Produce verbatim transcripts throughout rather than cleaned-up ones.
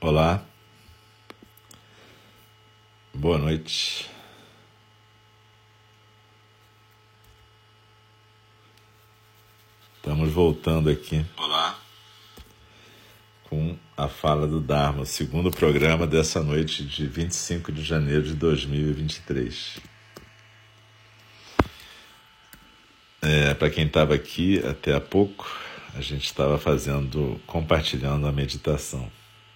Olá, boa noite. Estamos voltando aqui. Olá. Com a fala do Dharma, o segundo programa dessa noite de vinte e cinco de janeiro de dois mil e vinte e três. É, para quem estava aqui até há pouco, a gente estava fazendo, compartilhando a meditação.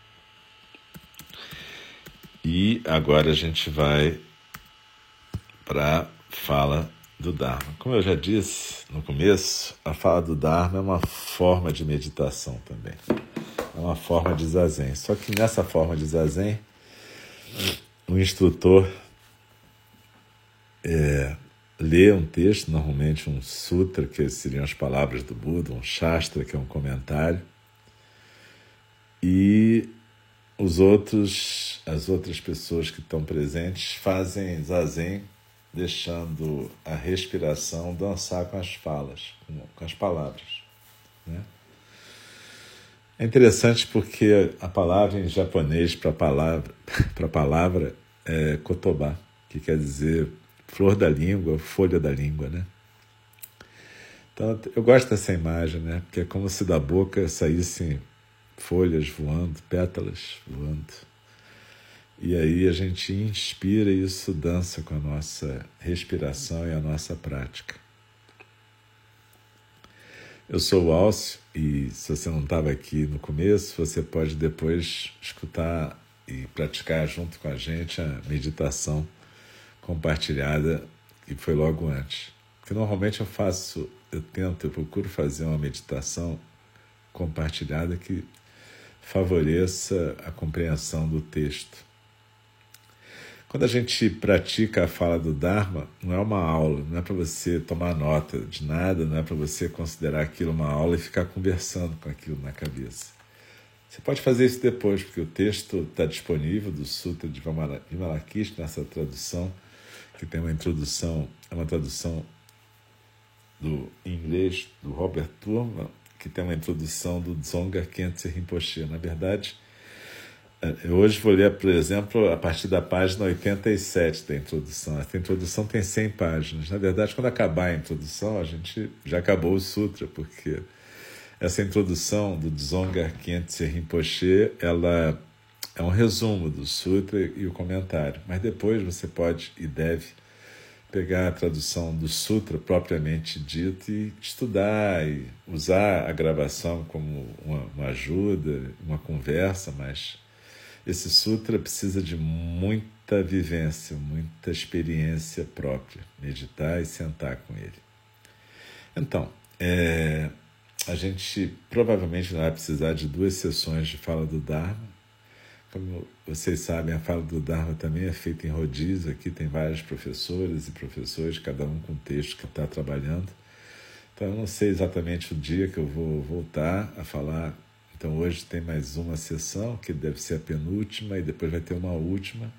E agora a gente vai para a fala do Dharma. Como eu já disse no começo, a fala do Dharma é uma forma de meditação também. É uma forma de zazen. Só que nessa forma de zazen, o instrutor é, lê um texto, normalmente um sutra, que seriam as palavras do Buda, um shastra, que é um comentário, e os outros, as outras pessoas que estão presentes fazem zazen, deixando a respiração dançar com as falas, com as palavras, né? É interessante porque a palavra em japonês para palavra, para palavra é kotoba, que quer dizer flor da língua, folha da língua, né? Então eu gosto dessa imagem, né? Porque é como se da boca saíssem folhas voando, pétalas voando. E aí a gente inspira e isso dança com a nossa respiração e a nossa prática. Eu sou o Alcio e se você não estava aqui no começo, você pode depois escutar e praticar junto com a gente a meditação compartilhada que foi logo antes. Porque normalmente eu faço, eu tento, eu procuro fazer uma meditação compartilhada que favoreça a compreensão do texto. Quando a gente pratica a fala do Dharma, não é uma aula, não é para você tomar nota de nada, não é para você considerar aquilo uma aula e ficar conversando com aquilo na cabeça. Você pode fazer isso depois, porque o texto está disponível do Sutra de Vimalakirti, nessa tradução, que tem uma introdução, é uma tradução do em inglês do Robert Thurman, que tem uma introdução do Dzongkar Khyentse Rinpoche. Na verdade, eu hoje vou ler, por exemplo, a partir da página oitenta e sete da introdução. Essa introdução tem cem páginas. Na verdade, quando acabar a introdução, a gente já acabou o Sutra, porque essa introdução do Dzongkar Khyentse Rinpoche, ela é um resumo do Sutra e o comentário. Mas depois você pode e deve pegar a tradução do Sutra propriamente dito e estudar e usar a gravação como uma, uma ajuda, uma conversa, mas esse Sutra precisa de muita vivência, muita experiência própria, meditar e sentar com ele. Então, é, a gente provavelmente vai precisar de duas sessões de fala do Dharma. Como vocês sabem, a fala do Dharma também é feita em rodízio. Aqui tem vários professores e professores, cada um com o texto que está trabalhando. Então, eu não sei exatamente o dia que eu vou voltar a falar. Então, hoje tem mais uma sessão, que deve ser a penúltima, e depois vai ter uma última.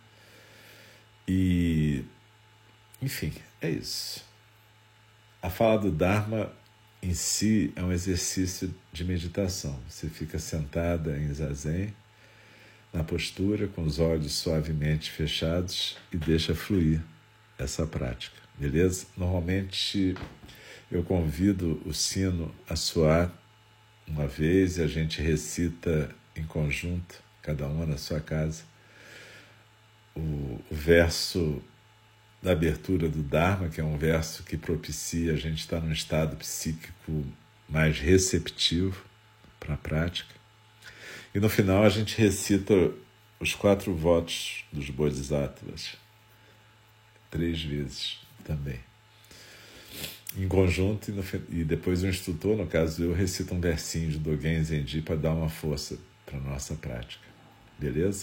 E, enfim, é isso. A fala do Dharma em si é um exercício de meditação. Você fica sentada em zazen, na postura, com os olhos suavemente fechados e deixa fluir essa prática, beleza? Normalmente eu convido o sino a soar uma vez e a gente recita em conjunto, cada uma na sua casa, o, o verso da abertura do Dharma, que é um verso que propicia a gente estar num estado psíquico mais receptivo para a prática. E no final a gente recita os quatro votos dos Bodhisattvas, três vezes também. Em conjunto, e, no, e depois o instrutor, no caso eu, recito um versinho de Dogen Zenji para dar uma força para a nossa prática. Beleza?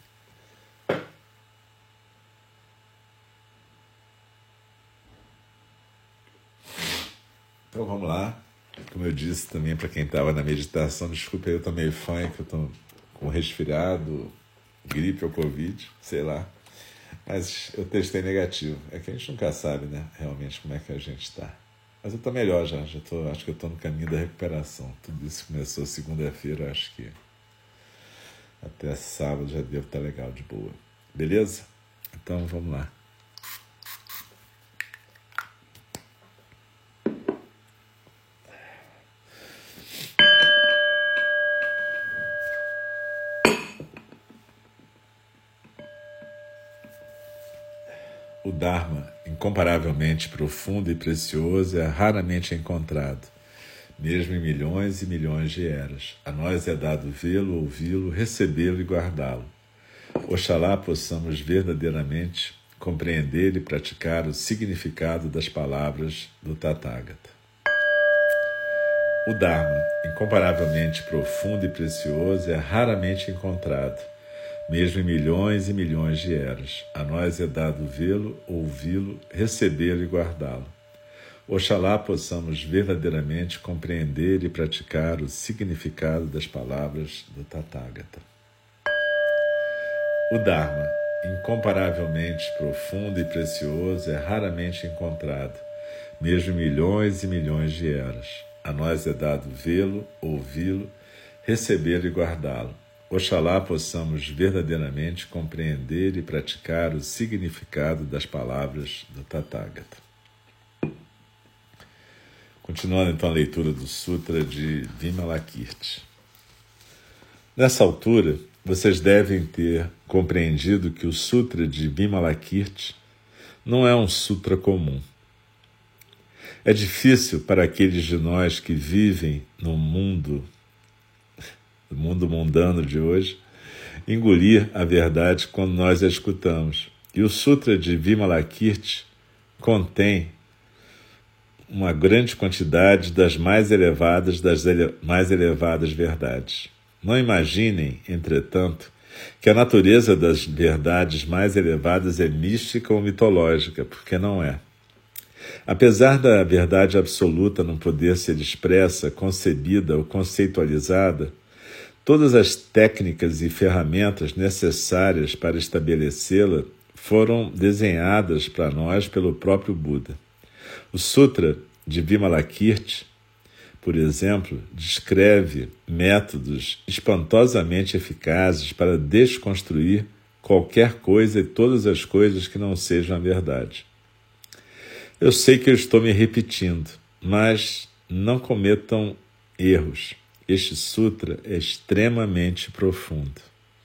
Então vamos lá. Como eu disse também para quem estava na meditação, desculpa aí, eu estou meio fã, que eu estou com resfriado, gripe ou Covid, sei lá. Mas eu testei negativo. É que a gente nunca sabe, né, realmente como é que a gente está. Mas eu estou melhor já, já tô, acho que eu estou no caminho da recuperação. Tudo isso começou segunda-feira, acho que Até sábado já devo estar legal, de boa. Beleza? Então vamos lá. O Dharma, incomparavelmente profundo e precioso, é raramente encontrado, mesmo em milhões e milhões de eras. A nós é dado vê-lo, ouvi-lo, recebê-lo e guardá-lo. Oxalá possamos verdadeiramente compreender e praticar o significado das palavras do Tathagata. O Dharma, incomparavelmente profundo e precioso, é raramente encontrado, mesmo em milhões e milhões de eras. A nós é dado vê-lo, ouvi-lo, recebê-lo e guardá-lo. Oxalá possamos verdadeiramente compreender e praticar o significado das palavras do Tathagata. O Dharma, incomparavelmente profundo e precioso, é raramente encontrado, mesmo em milhões e milhões de eras. A nós é dado vê-lo, ouvi-lo, recebê-lo e guardá-lo. Oxalá possamos verdadeiramente compreender e praticar o significado das palavras do Tathagata. Continuando então a leitura do Sutra de Vimalakirti. Nessa altura, vocês devem ter compreendido que o Sutra de Vimalakirti não é um sutra comum. É difícil para aqueles de nós que vivem no mundo do mundo mundano de hoje, engolir a verdade quando nós a escutamos. E o Sutra de Vimalakirti contém uma grande quantidade das mais elevadas das ele- mais elevadas verdades. Não imaginem, entretanto, que a natureza das verdades mais elevadas é mística ou mitológica, porque não é. Apesar da verdade absoluta não poder ser expressa, concebida ou conceitualizada, todas as técnicas e ferramentas necessárias para estabelecê-la foram desenhadas para nós pelo próprio Buda. O Sutra de Vimalakirti, por exemplo, descreve métodos espantosamente eficazes para desconstruir qualquer coisa e todas as coisas que não sejam a verdade. Eu sei que eu estou me repetindo, mas não cometam erros. Este sutra é extremamente profundo.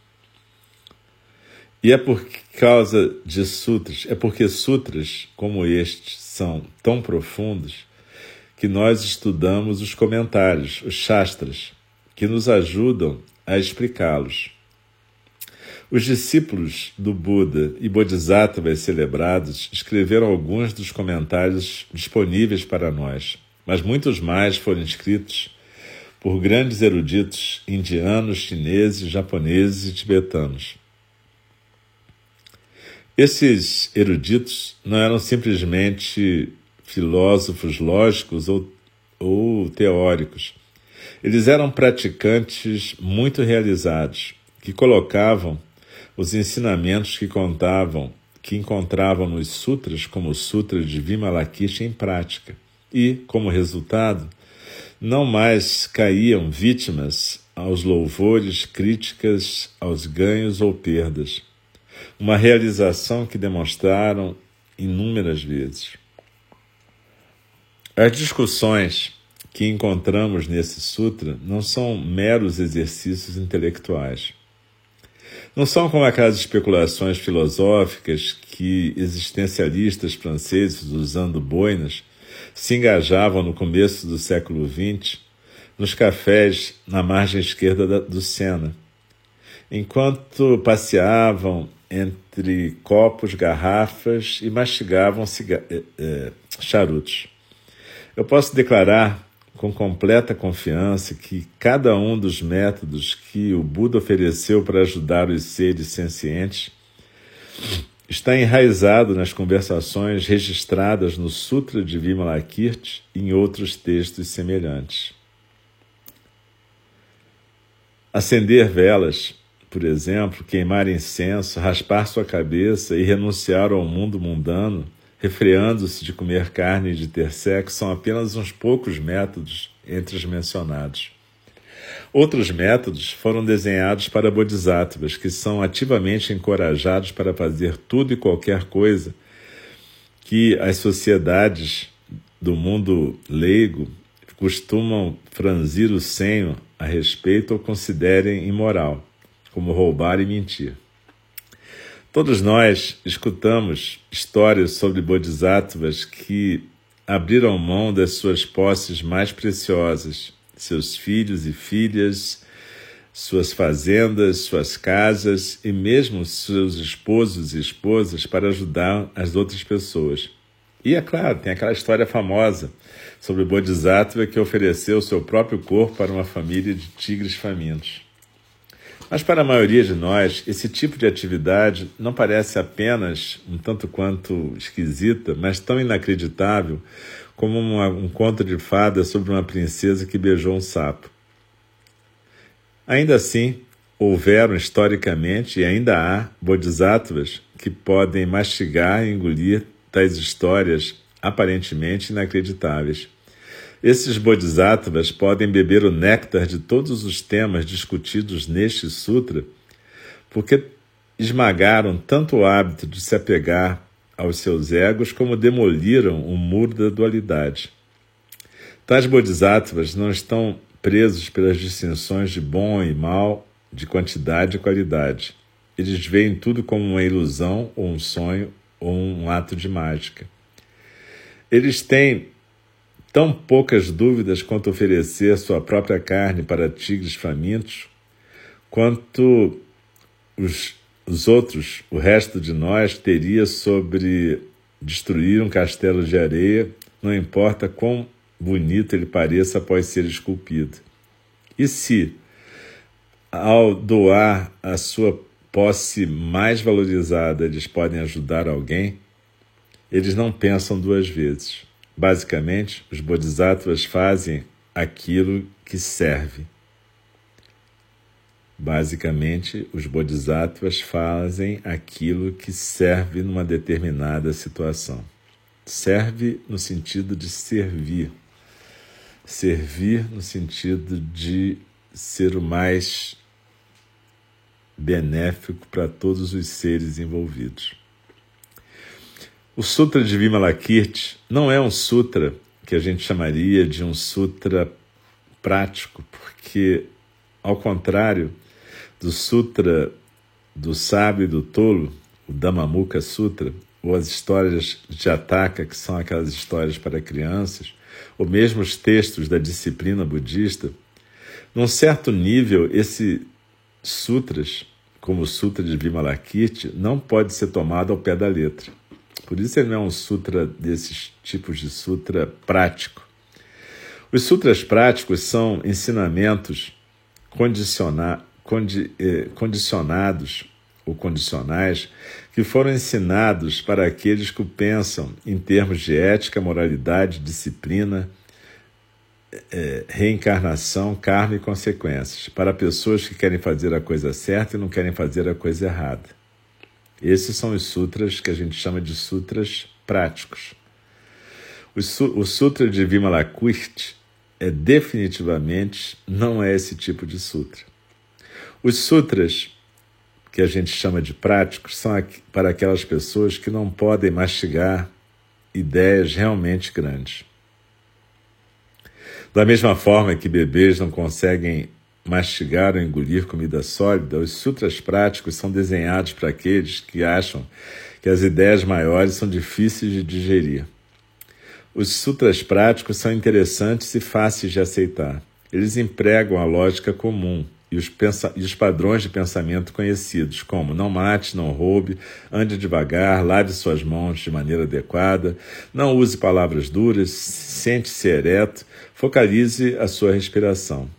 E é por causa de sutras, é porque sutras como estes são tão profundos que nós estudamos os comentários, os shastras, que nos ajudam a explicá-los. Os discípulos do Buda e Bodhisattvas celebrados escreveram alguns dos comentários disponíveis para nós, mas muitos mais foram escritos por grandes eruditos indianos, chineses, japoneses e tibetanos. Esses eruditos não eram simplesmente filósofos lógicos ou, ou teóricos. Eles eram praticantes muito realizados, que colocavam os ensinamentos que contavam, que encontravam nos sutras, como o Sutra de Vimalakirti, em prática. E, como resultado, não mais caíam vítimas aos louvores, críticas, aos ganhos ou perdas. Uma realização que demonstraram inúmeras vezes. As discussões que encontramos nesse sutra não são meros exercícios intelectuais. Não são como aquelas especulações filosóficas que existencialistas franceses, usando boinas, se engajavam no começo do século vinte nos cafés na margem esquerda do Sena, enquanto passeavam entre copos, garrafas e mastigavam ciga- eh, charutos. Eu posso declarar com completa confiança que cada um dos métodos que o Buda ofereceu para ajudar os seres sencientes está enraizado nas conversações registradas no Sutra de Vimalakirti e em outros textos semelhantes. Acender velas, por exemplo, queimar incenso, raspar sua cabeça e renunciar ao mundo mundano, refreando-se de comer carne e de ter sexo, são apenas uns poucos métodos entre os mencionados. Outros métodos foram desenhados para bodhisattvas, que são ativamente encorajados para fazer tudo e qualquer coisa que as sociedades do mundo leigo costumam franzir o senho a respeito ou considerem imoral, como roubar e mentir. Todos nós escutamos histórias sobre bodhisattvas que abriram mão das suas posses mais preciosas, seus filhos e filhas, suas fazendas, suas casas e mesmo seus esposos e esposas para ajudar as outras pessoas. E, é claro, tem aquela história famosa sobre o Bodhisattva que ofereceu seu próprio corpo para uma família de tigres famintos. Mas para a maioria de nós, esse tipo de atividade não parece apenas um tanto quanto esquisita, mas tão inacreditável como uma, um conto de fada sobre uma princesa que beijou um sapo. Ainda assim, houveram historicamente e ainda há bodhisattvas que podem mastigar e engolir tais histórias aparentemente inacreditáveis. Esses bodhisattvas podem beber o néctar de todos os temas discutidos neste sutra porque esmagaram tanto o hábito de se apegar aos seus egos como demoliram o muro da dualidade. Tais bodhisattvas não estão presos pelas distinções de bom e mal, de quantidade e qualidade. Eles veem tudo como uma ilusão ou um sonho ou um ato de mágica. Eles têm tão poucas dúvidas quanto oferecer sua própria carne para tigres famintos, quanto os, os outros, o resto de nós, teria sobre destruir um castelo de areia, não importa quão bonito ele pareça após ser esculpido. E se, ao doar a sua posse mais valorizada, eles podem ajudar alguém, eles não pensam duas vezes. Basicamente, os bodhisattvas fazem aquilo que serve. Basicamente, os bodhisattvas fazem aquilo que serve numa determinada situação. Serve no sentido de servir. Servir no sentido de ser o mais benéfico para todos os seres envolvidos. O Sutra de Vimalakirti não é um sutra que a gente chamaria de um sutra prático, porque, ao contrário do Sutra do Sábio e do Tolo, o Dhammamukha Sutra, ou as histórias de Jataka, que são aquelas histórias para crianças, ou mesmo os textos da disciplina budista, num certo nível, esses sutras, como o Sutra de Vimalakirti, não pode ser tomado ao pé da letra. Por isso ele não é um sutra desses tipos de sutra prático. Os sutras práticos são ensinamentos condiciona, condi, eh, condicionados ou condicionais que foram ensinados para aqueles que pensam em termos de ética, moralidade, disciplina, eh, reencarnação, karma e consequências, para pessoas que querem fazer a coisa certa e não querem fazer a coisa errada. Esses são os sutras que a gente chama de sutras práticos. O, su- o Sutra de Vimalakirti é definitivamente não é esse tipo de sutra. Os sutras que a gente chama de práticos são aqu- para aquelas pessoas que não podem mastigar ideias realmente grandes. Da mesma forma que bebês não conseguem mastigar ou engolir comida sólida, os sutras práticos são desenhados para aqueles que acham que as ideias maiores são difíceis de digerir. Os sutras práticos são interessantes e fáceis de aceitar. Eles empregam a lógica comum e os, pensa- e os padrões de pensamento conhecidos, como não mate, não roube, ande devagar, lave suas mãos de maneira adequada, não use palavras duras, sente-se ereto, focalize a sua respiração.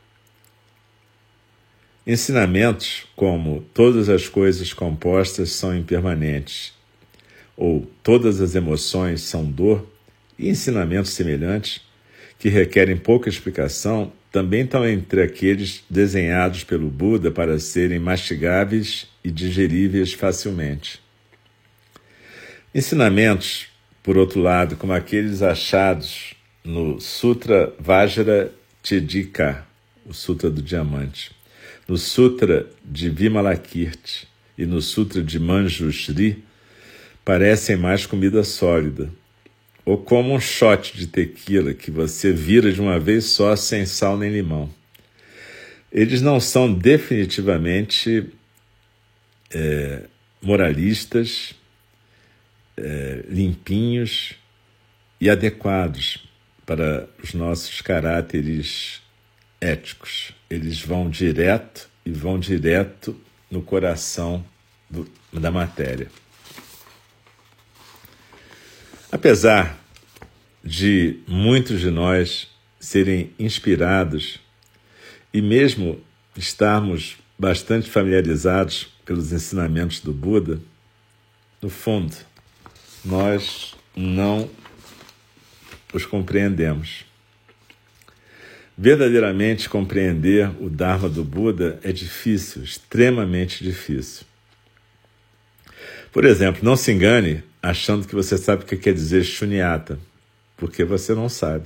Ensinamentos como todas as coisas compostas são impermanentes, ou todas as emoções são dor, e ensinamentos semelhantes, que requerem pouca explicação, também estão entre aqueles desenhados pelo Buda para serem mastigáveis e digeríveis facilmente. Ensinamentos, por outro lado, como aqueles achados no Sutra Vajra Chedika, o Sutra do Diamante. No Sutra de Vimalakirti e no Sutra de Manjushri parecem mais comida sólida, ou como um shot de tequila que você vira de uma vez só sem sal nem limão. Eles não são definitivamente é, moralistas, é, limpinhos e adequados para os nossos caráteres éticos. Eles vão direto e vão direto no coração do, da matéria. Apesar de muitos de nós serem inspirados e mesmo estarmos bastante familiarizados pelos ensinamentos do Buda, no fundo, nós não os compreendemos. Verdadeiramente compreender o Dharma do Buda é difícil, extremamente difícil. Por exemplo, não se engane achando que você sabe o que quer dizer shunyata, porque você não sabe.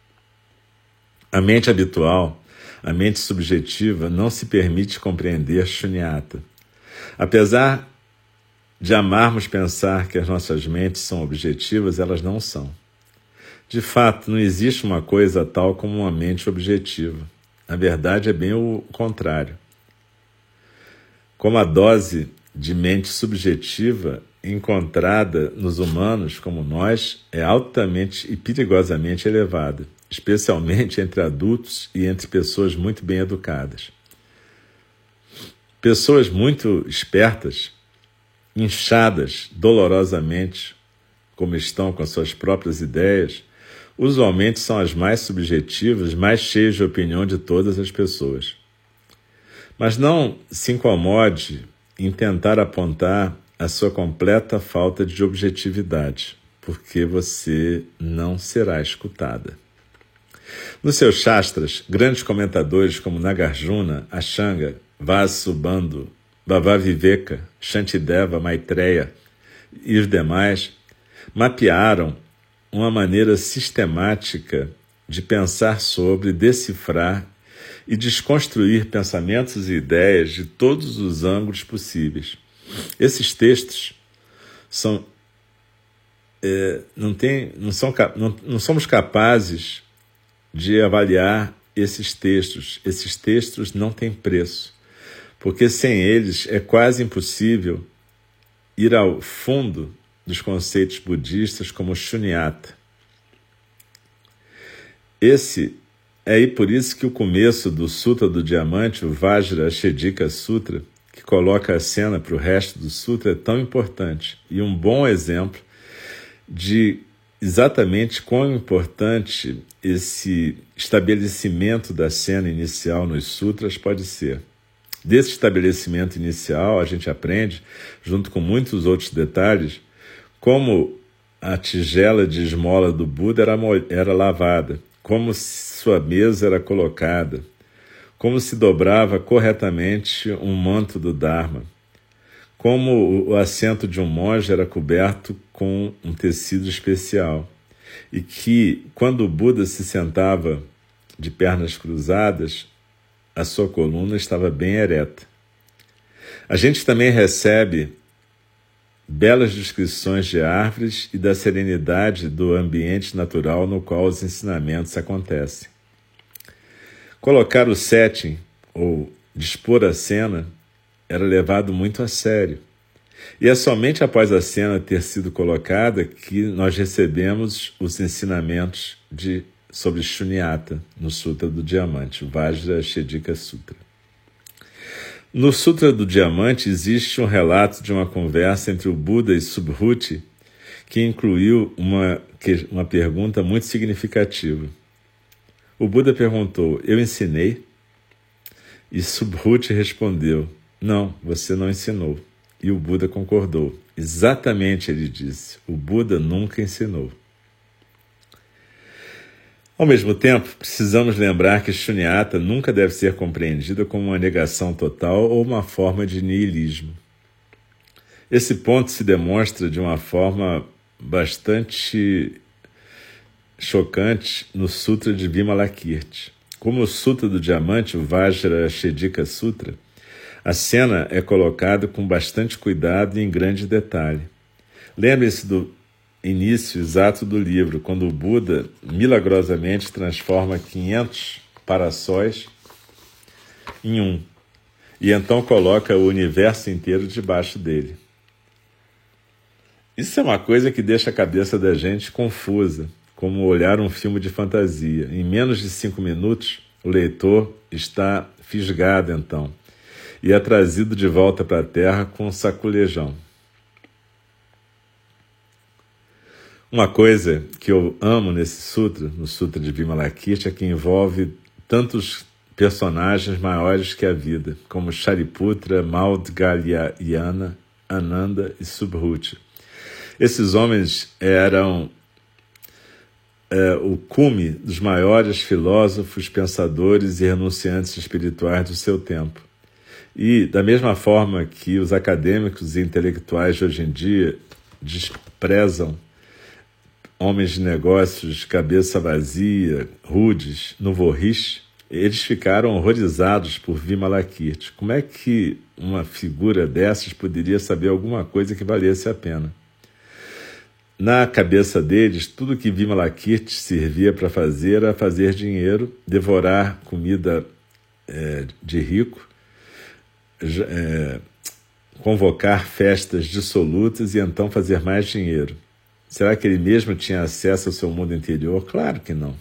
A mente habitual, a mente subjetiva, não se permite compreender shunyata. Apesar de amarmos pensar que as nossas mentes são objetivas, elas não são. De fato, não existe uma coisa tal como uma mente objetiva. A verdade é bem o contrário. Como a dose de mente subjetiva encontrada nos humanos como nós é altamente e perigosamente elevada, especialmente entre adultos e entre pessoas muito bem educadas. Pessoas muito espertas, inchadas dolorosamente, como estão com as suas próprias ideias, usualmente são as mais subjetivas, mais cheias de opinião de todas as pessoas. Mas não se incomode em tentar apontar a sua completa falta de objetividade, porque você não será escutada. Nos seus Shastras, grandes comentadores como Nagarjuna, Ashtanga, Vasubandhu, Bhavaviveka, Shantideva, Maitreya e os demais mapearam uma maneira sistemática de pensar sobre, decifrar e desconstruir pensamentos e ideias de todos os ângulos possíveis. Esses textos são, é, não, tem, não, são, não, não somos capazes de avaliar esses textos. Esses textos não têm preço, porque sem eles é quase impossível ir ao fundo dos conceitos budistas como shunyata. Esse é aí por isso que o começo do Sutra do Diamante, o Vajrashedika Sutra, que coloca a cena para o resto do sutra, é tão importante e um bom exemplo de exatamente quão importante esse estabelecimento da cena inicial nos sutras pode ser. Desse estabelecimento inicial, a gente aprende, junto com muitos outros detalhes, como a tigela de esmola do Buda era, era lavada, como sua mesa era colocada, como se dobrava corretamente um manto do Dharma, como o assento de um monge era coberto com um tecido especial, e que, quando o Buda se sentava de pernas cruzadas, a sua coluna estava bem ereta. A gente também recebe belas descrições de árvores e da serenidade do ambiente natural no qual os ensinamentos acontecem. Colocar o setting, ou dispor a cena, era levado muito a sério. E é somente após a cena ter sido colocada que nós recebemos os ensinamentos de, sobre Shunyata no Sutra do Diamante, o Vajrashedika Sutra. No Sutra do Diamante existe um relato de uma conversa entre o Buda e Subhuti que incluiu uma, uma pergunta muito significativa. O Buda perguntou, eu ensinei? E Subhuti respondeu, não, você não ensinou. E o Buda concordou. Exatamente, ele disse, o Buda nunca ensinou. Ao mesmo tempo, precisamos lembrar que Shunyata nunca deve ser compreendida como uma negação total ou uma forma de niilismo. Esse ponto se demonstra de uma forma bastante chocante no Sutra de Vimalakirti. Como o Sutra do Diamante, o Vajrashedika Sutra, a cena é colocada com bastante cuidado e em grande detalhe. Lembre-se do início exato do livro, quando o Buda milagrosamente transforma quinhentos parassóis em um, e então coloca o universo inteiro debaixo dele. Isso é uma coisa que deixa a cabeça da gente confusa, como olhar um filme de fantasia. Em menos de cinco minutos, o leitor está fisgado, então, e é trazido de volta para a Terra com um saculejão. Uma coisa que eu amo nesse sutra, no Sutra de Vimalakirti, é que envolve tantos personagens maiores que a vida, como Shariputra, Maudgalyayana, Ananda e Subhuti. Esses homens eram é, o cume dos maiores filósofos, pensadores e renunciantes espirituais do seu tempo. E, da mesma forma que os acadêmicos e intelectuais de hoje em dia desprezam homens de negócios, cabeça vazia, rudes, no vorriche, eles ficaram horrorizados por Vimalakirti. Como é que uma figura dessas poderia saber alguma coisa que valesse a pena? Na cabeça deles, tudo que Vimalakirti servia para fazer era fazer dinheiro, devorar comida é, de rico, é, convocar festas dissolutas e então fazer mais dinheiro. Será que ele mesmo tinha acesso ao seu mundo interior? Claro que não.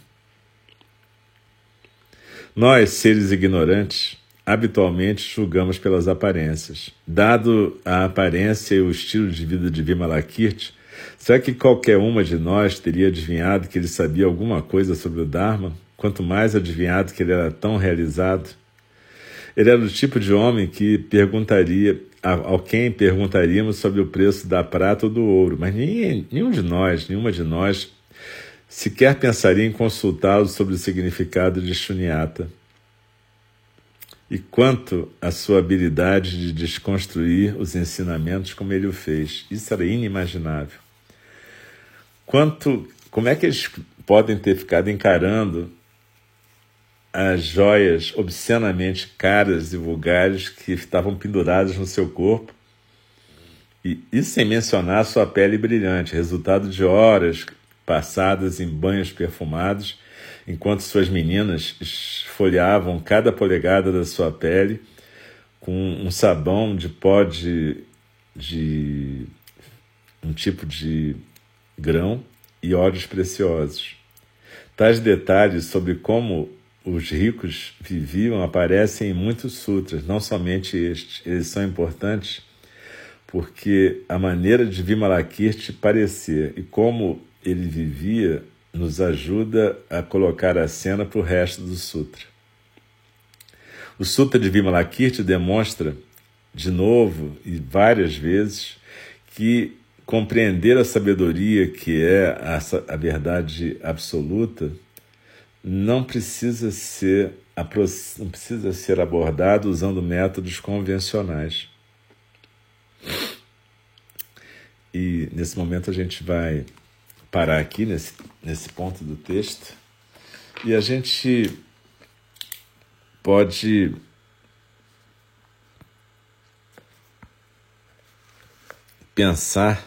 Nós, seres ignorantes, habitualmente julgamos pelas aparências. Dado a aparência e o estilo de vida de Vimalakirti, será que qualquer uma de nós teria adivinhado que ele sabia alguma coisa sobre o Dharma? Quanto mais adivinhado que ele era tão realizado. Ele era do tipo de homem que perguntaria, ao quem perguntaríamos sobre o preço da prata ou do ouro, mas ninguém, nenhum de nós, nenhuma de nós, sequer pensaria em consultá-lo sobre o significado de Shunyata. E quanto à sua habilidade de desconstruir os ensinamentos como ele o fez. Isso era inimaginável. Quanto, como é que eles podem ter ficado encarando as joias obscenamente caras e vulgares que estavam penduradas no seu corpo, e isso sem mencionar sua pele brilhante, resultado de horas passadas em banhos perfumados, enquanto suas meninas esfoliavam cada polegada da sua pele com um sabão de pó de, de um tipo de grão e óleos preciosos. Tais detalhes sobre como os ricos viviam aparecem em muitos sutras, não somente estes. Eles são importantes porque a maneira de Vimalakirti parecer e como ele vivia nos ajuda a colocar a cena para o resto do sutra. O Sutra de Vimalakirti demonstra, de novo e várias vezes, que compreender a sabedoria, que é a, a verdade absoluta, não precisa ser, não precisa ser abordado usando métodos convencionais. E nesse momento a gente vai parar aqui nesse, nesse ponto do texto e a gente pode pensar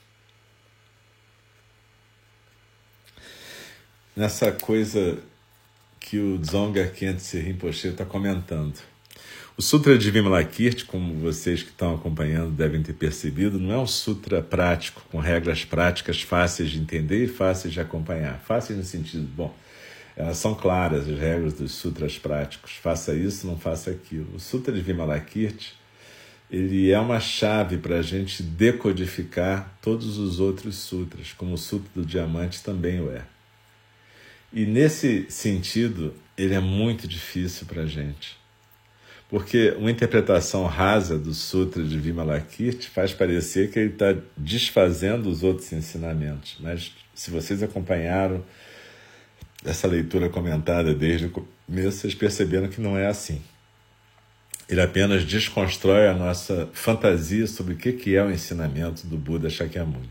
nessa coisa que o Dzongkar Khyentse Rinpoche está comentando. O Sutra de Vimalakirti, como vocês que estão acompanhando devem ter percebido, não é um sutra prático, com regras práticas fáceis de entender e fáceis de acompanhar. Fáceis no sentido, bom, elas são claras as regras dos sutras práticos. Faça isso, não faça aquilo. O Sutra de Vimalakirti, ele é uma chave para a gente decodificar todos os outros sutras, como o Sutra do Diamante também o é. E nesse sentido, ele é muito difícil para a gente. Porque uma interpretação rasa do Sutra de Vimalakirti faz parecer que ele está desfazendo os outros ensinamentos. Mas se vocês acompanharam essa leitura comentada desde o começo, vocês perceberam que não é assim. Ele apenas desconstrói a nossa fantasia sobre o que é o ensinamento do Buda Shakyamuni.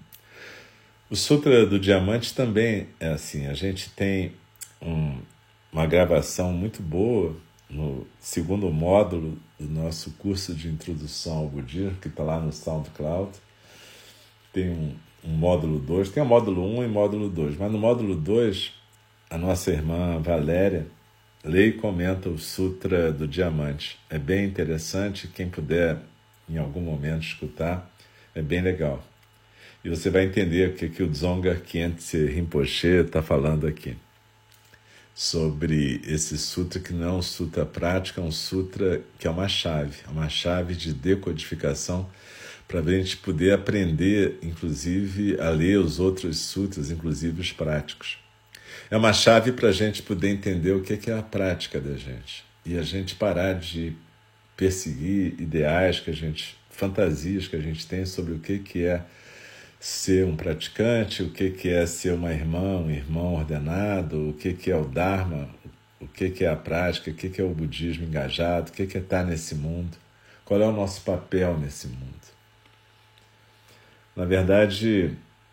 O Sutra do Diamante também é assim. A gente tem um, uma gravação muito boa no segundo módulo do nosso curso de introdução ao budismo, que está lá no SoundCloud. Tem um, um módulo dois, tem o módulo um e módulo dois, mas no módulo dois, a nossa irmã Valéria lê e comenta o Sutra do Diamante. É bem interessante, quem puder em algum momento escutar, é bem legal. E você vai entender o que, que o Dzongkar Khyentse Rinpoche está falando aqui, sobre esse sutra que não é um sutra prático, é um sutra que é uma chave, é uma chave de decodificação para a gente poder aprender, inclusive, a ler os outros sutras, inclusive os práticos. É uma chave para a gente poder entender o que é a prática da gente e a gente parar de perseguir ideais que a gente, fantasias que a gente tem sobre o que é ser um praticante, o que é ser uma irmã, um irmão ordenado, o que é o Dharma, o que é a prática, o que é o budismo engajado, o que é estar nesse mundo, qual é o nosso papel nesse mundo. Na verdade,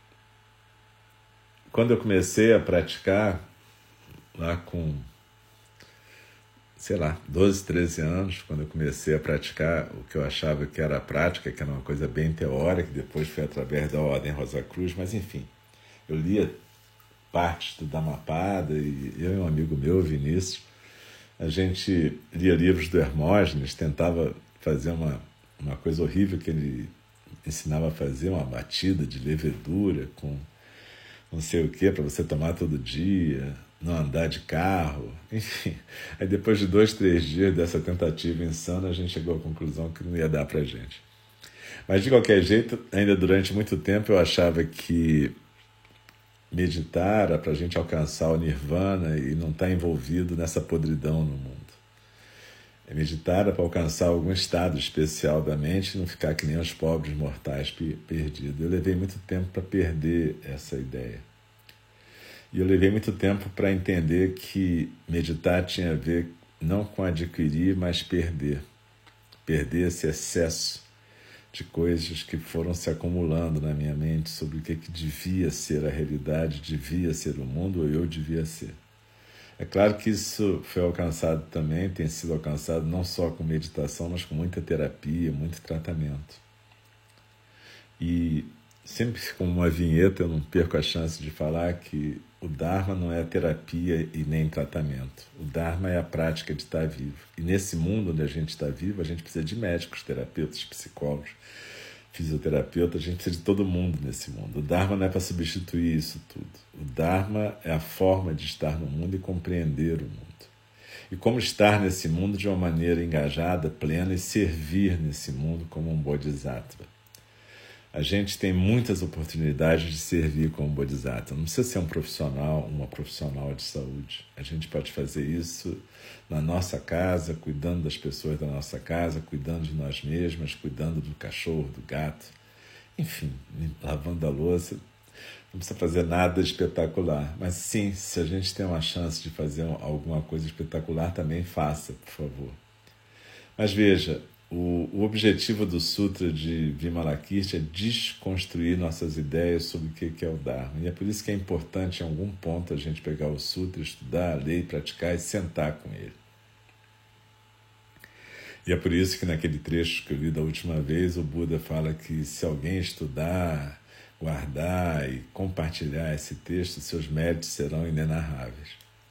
quando eu comecei a praticar, lá com, sei lá, doze, treze anos, quando eu comecei a praticar o que eu achava que era a prática, que era uma coisa bem teórica, que depois foi através da Ordem Rosa Cruz, mas enfim, eu lia partes do Dhammapada e eu e um amigo meu, Vinícius, a gente lia livros do Hermógenes, tentava fazer uma, uma coisa horrível que ele ensinava a fazer, uma batida de levedura com não sei o que, para você tomar todo dia, não andar de carro, enfim. Aí depois de dois, três dias dessa tentativa insana, a gente chegou à conclusão que não ia dar para a gente. Mas de qualquer jeito, ainda durante muito tempo eu achava que meditar era para a gente alcançar o nirvana e não estar envolvido nessa podridão no mundo. Meditar era para alcançar algum estado especial da mente e não ficar que nem os pobres mortais perdidos. Eu levei muito tempo para perder essa ideia. E eu levei muito tempo para entender que meditar tinha a ver não com adquirir, mas perder. Perder esse excesso de coisas que foram se acumulando na minha mente sobre o que, que devia ser a realidade, devia ser o mundo ou eu devia ser. É claro que isso foi alcançado também, tem sido alcançado não só com meditação, mas com muita terapia, muito tratamento. E sempre como uma vinheta, eu não perco a chance de falar que o Dharma não é terapia e nem tratamento. O Dharma é a prática de estar vivo. E nesse mundo onde a gente está vivo, a gente precisa de médicos, terapeutas, psicólogos, fisioterapeuta, a gente precisa de todo mundo nesse mundo. O Dharma não é para substituir isso tudo. O Dharma é a forma de estar no mundo e compreender o mundo. E como estar nesse mundo de uma maneira engajada, plena e servir nesse mundo como um Bodhisattva. A gente tem muitas oportunidades de servir como Bodhisattva. Não precisa ser um profissional, uma profissional de saúde. A gente pode fazer isso na nossa casa, cuidando das pessoas da nossa casa, cuidando de nós mesmas, cuidando do cachorro, do gato. Enfim, lavando a louça. Não precisa fazer nada espetacular. Mas sim, se a gente tem uma chance de fazer alguma coisa espetacular, também faça, por favor. Mas veja, O, o objetivo do Sutra de Vimalakirti é desconstruir nossas ideias sobre o que é o Dharma. E é por isso que é importante, em algum ponto, a gente pegar o Sutra, estudar, ler, praticar e sentar com ele. E é por isso que naquele trecho que eu li da última vez, o Buda fala que se alguém estudar, guardar e compartilhar esse texto, seus méritos serão inenarráveis.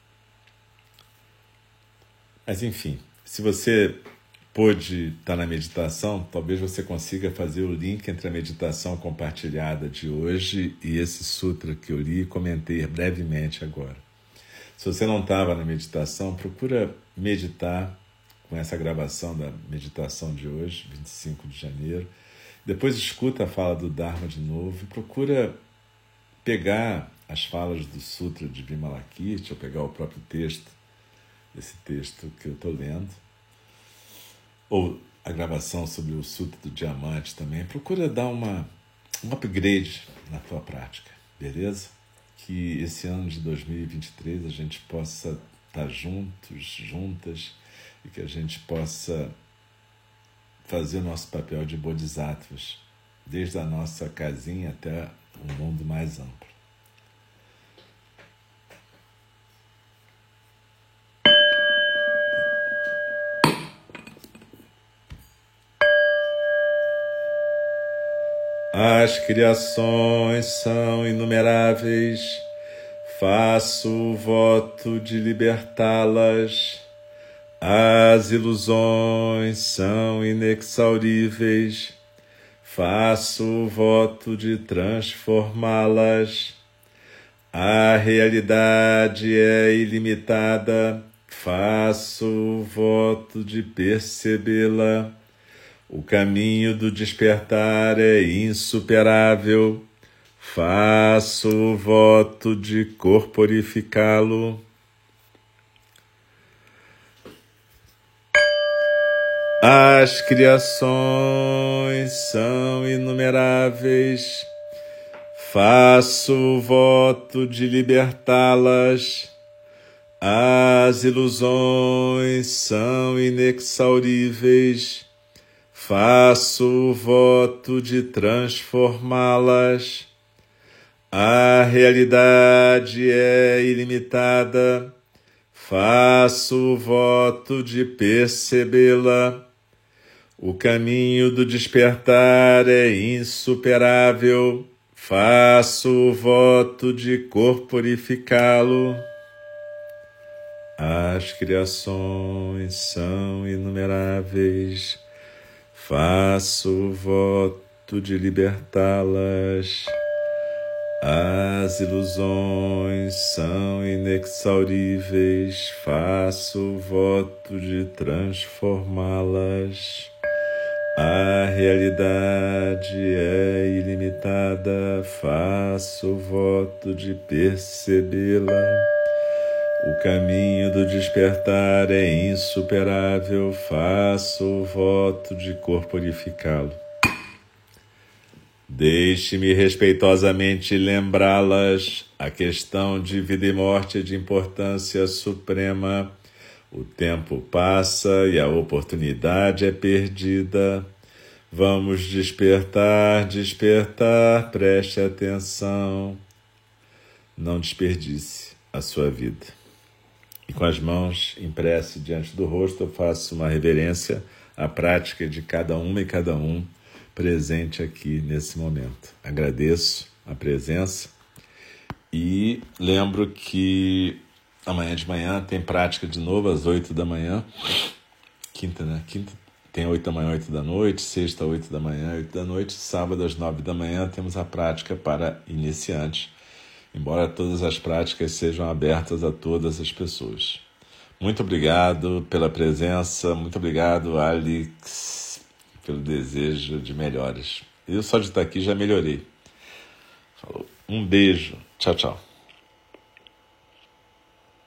Mas enfim, se você pôde estar na meditação, talvez você consiga fazer o link entre a meditação compartilhada de hoje e esse sutra que eu li e comentei brevemente agora. Se você não estava na meditação, procura meditar com essa gravação da meditação de hoje, vinte e cinco de janeiro. Depois escuta a fala do Dharma de novo e procura pegar as falas do Sutra de Vimalakirti, ou pegar o próprio texto, esse texto que eu estou lendo, ou a gravação sobre o Sutra do Diamante também. Procura dar uma, um upgrade na tua prática, beleza? Que esse ano de dois mil e vinte e três a gente possa estar juntos, juntas, e que a gente possa fazer o nosso papel de bodhisattvas, desde a nossa casinha até um mundo mais amplo. As criações são inumeráveis, faço o voto de libertá-las. As ilusões são inexauríveis, faço o voto de transformá-las. A realidade é ilimitada, faço o voto de percebê-la. O caminho do despertar é insuperável, faço o voto de corporificá-lo. As criações são inumeráveis, faço o voto de libertá-las. As ilusões são inexauríveis, faço o voto de transformá-las. A realidade é ilimitada, faço o voto de percebê-la. O caminho do despertar é insuperável, faço o voto de corporificá-lo. As criações são inumeráveis, faço o voto de libertá-las. As ilusões são inexauríveis, faço o voto de transformá-las. A realidade é ilimitada, faço o voto de percebê-la. O caminho do despertar é insuperável, faço o voto de corporificá-lo. Deixe-me respeitosamente lembrá-las. A questão de vida e morte é de importância suprema. O tempo passa e a oportunidade é perdida. Vamos despertar, despertar, preste atenção. Não desperdice a sua vida. E com as mãos em prece diante do rosto, eu faço uma reverência à prática de cada uma e cada um presente aqui nesse momento. Agradeço a presença e lembro que amanhã de manhã tem prática de novo às oito da manhã. Quinta, né? Quinta tem oito da manhã, oito da noite. Sexta, oito da manhã, oito da noite. Sábado, às nove da manhã, temos a prática para iniciantes. Embora todas as práticas sejam abertas a todas as pessoas. Muito obrigado pela presença. Muito obrigado, Alex, pelo desejo de melhoras. Eu só de estar aqui já melhorei. Falou. Um beijo. Tchau, tchau.